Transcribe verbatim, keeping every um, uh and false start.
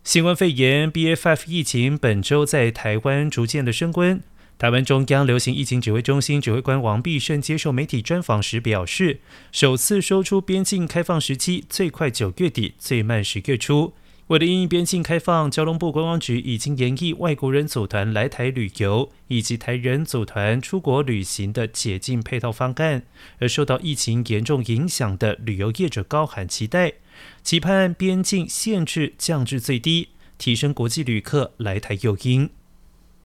新冠肺炎 B A 五 疫情本周在台湾逐渐的升温。台湾中央流行疫情指挥中心指挥官王必胜接受媒体专访时表示，首次说出边境开放时期最快九月底，最慢十月初。为了因应边境开放，交通部观光局已经研议外国人组团来台旅游，以及台人组团出国旅行的解禁配套方案。而受到疫情严重影响的旅游业者高喊期待，期盼边境限制降至最低，提升国际旅客来台诱因。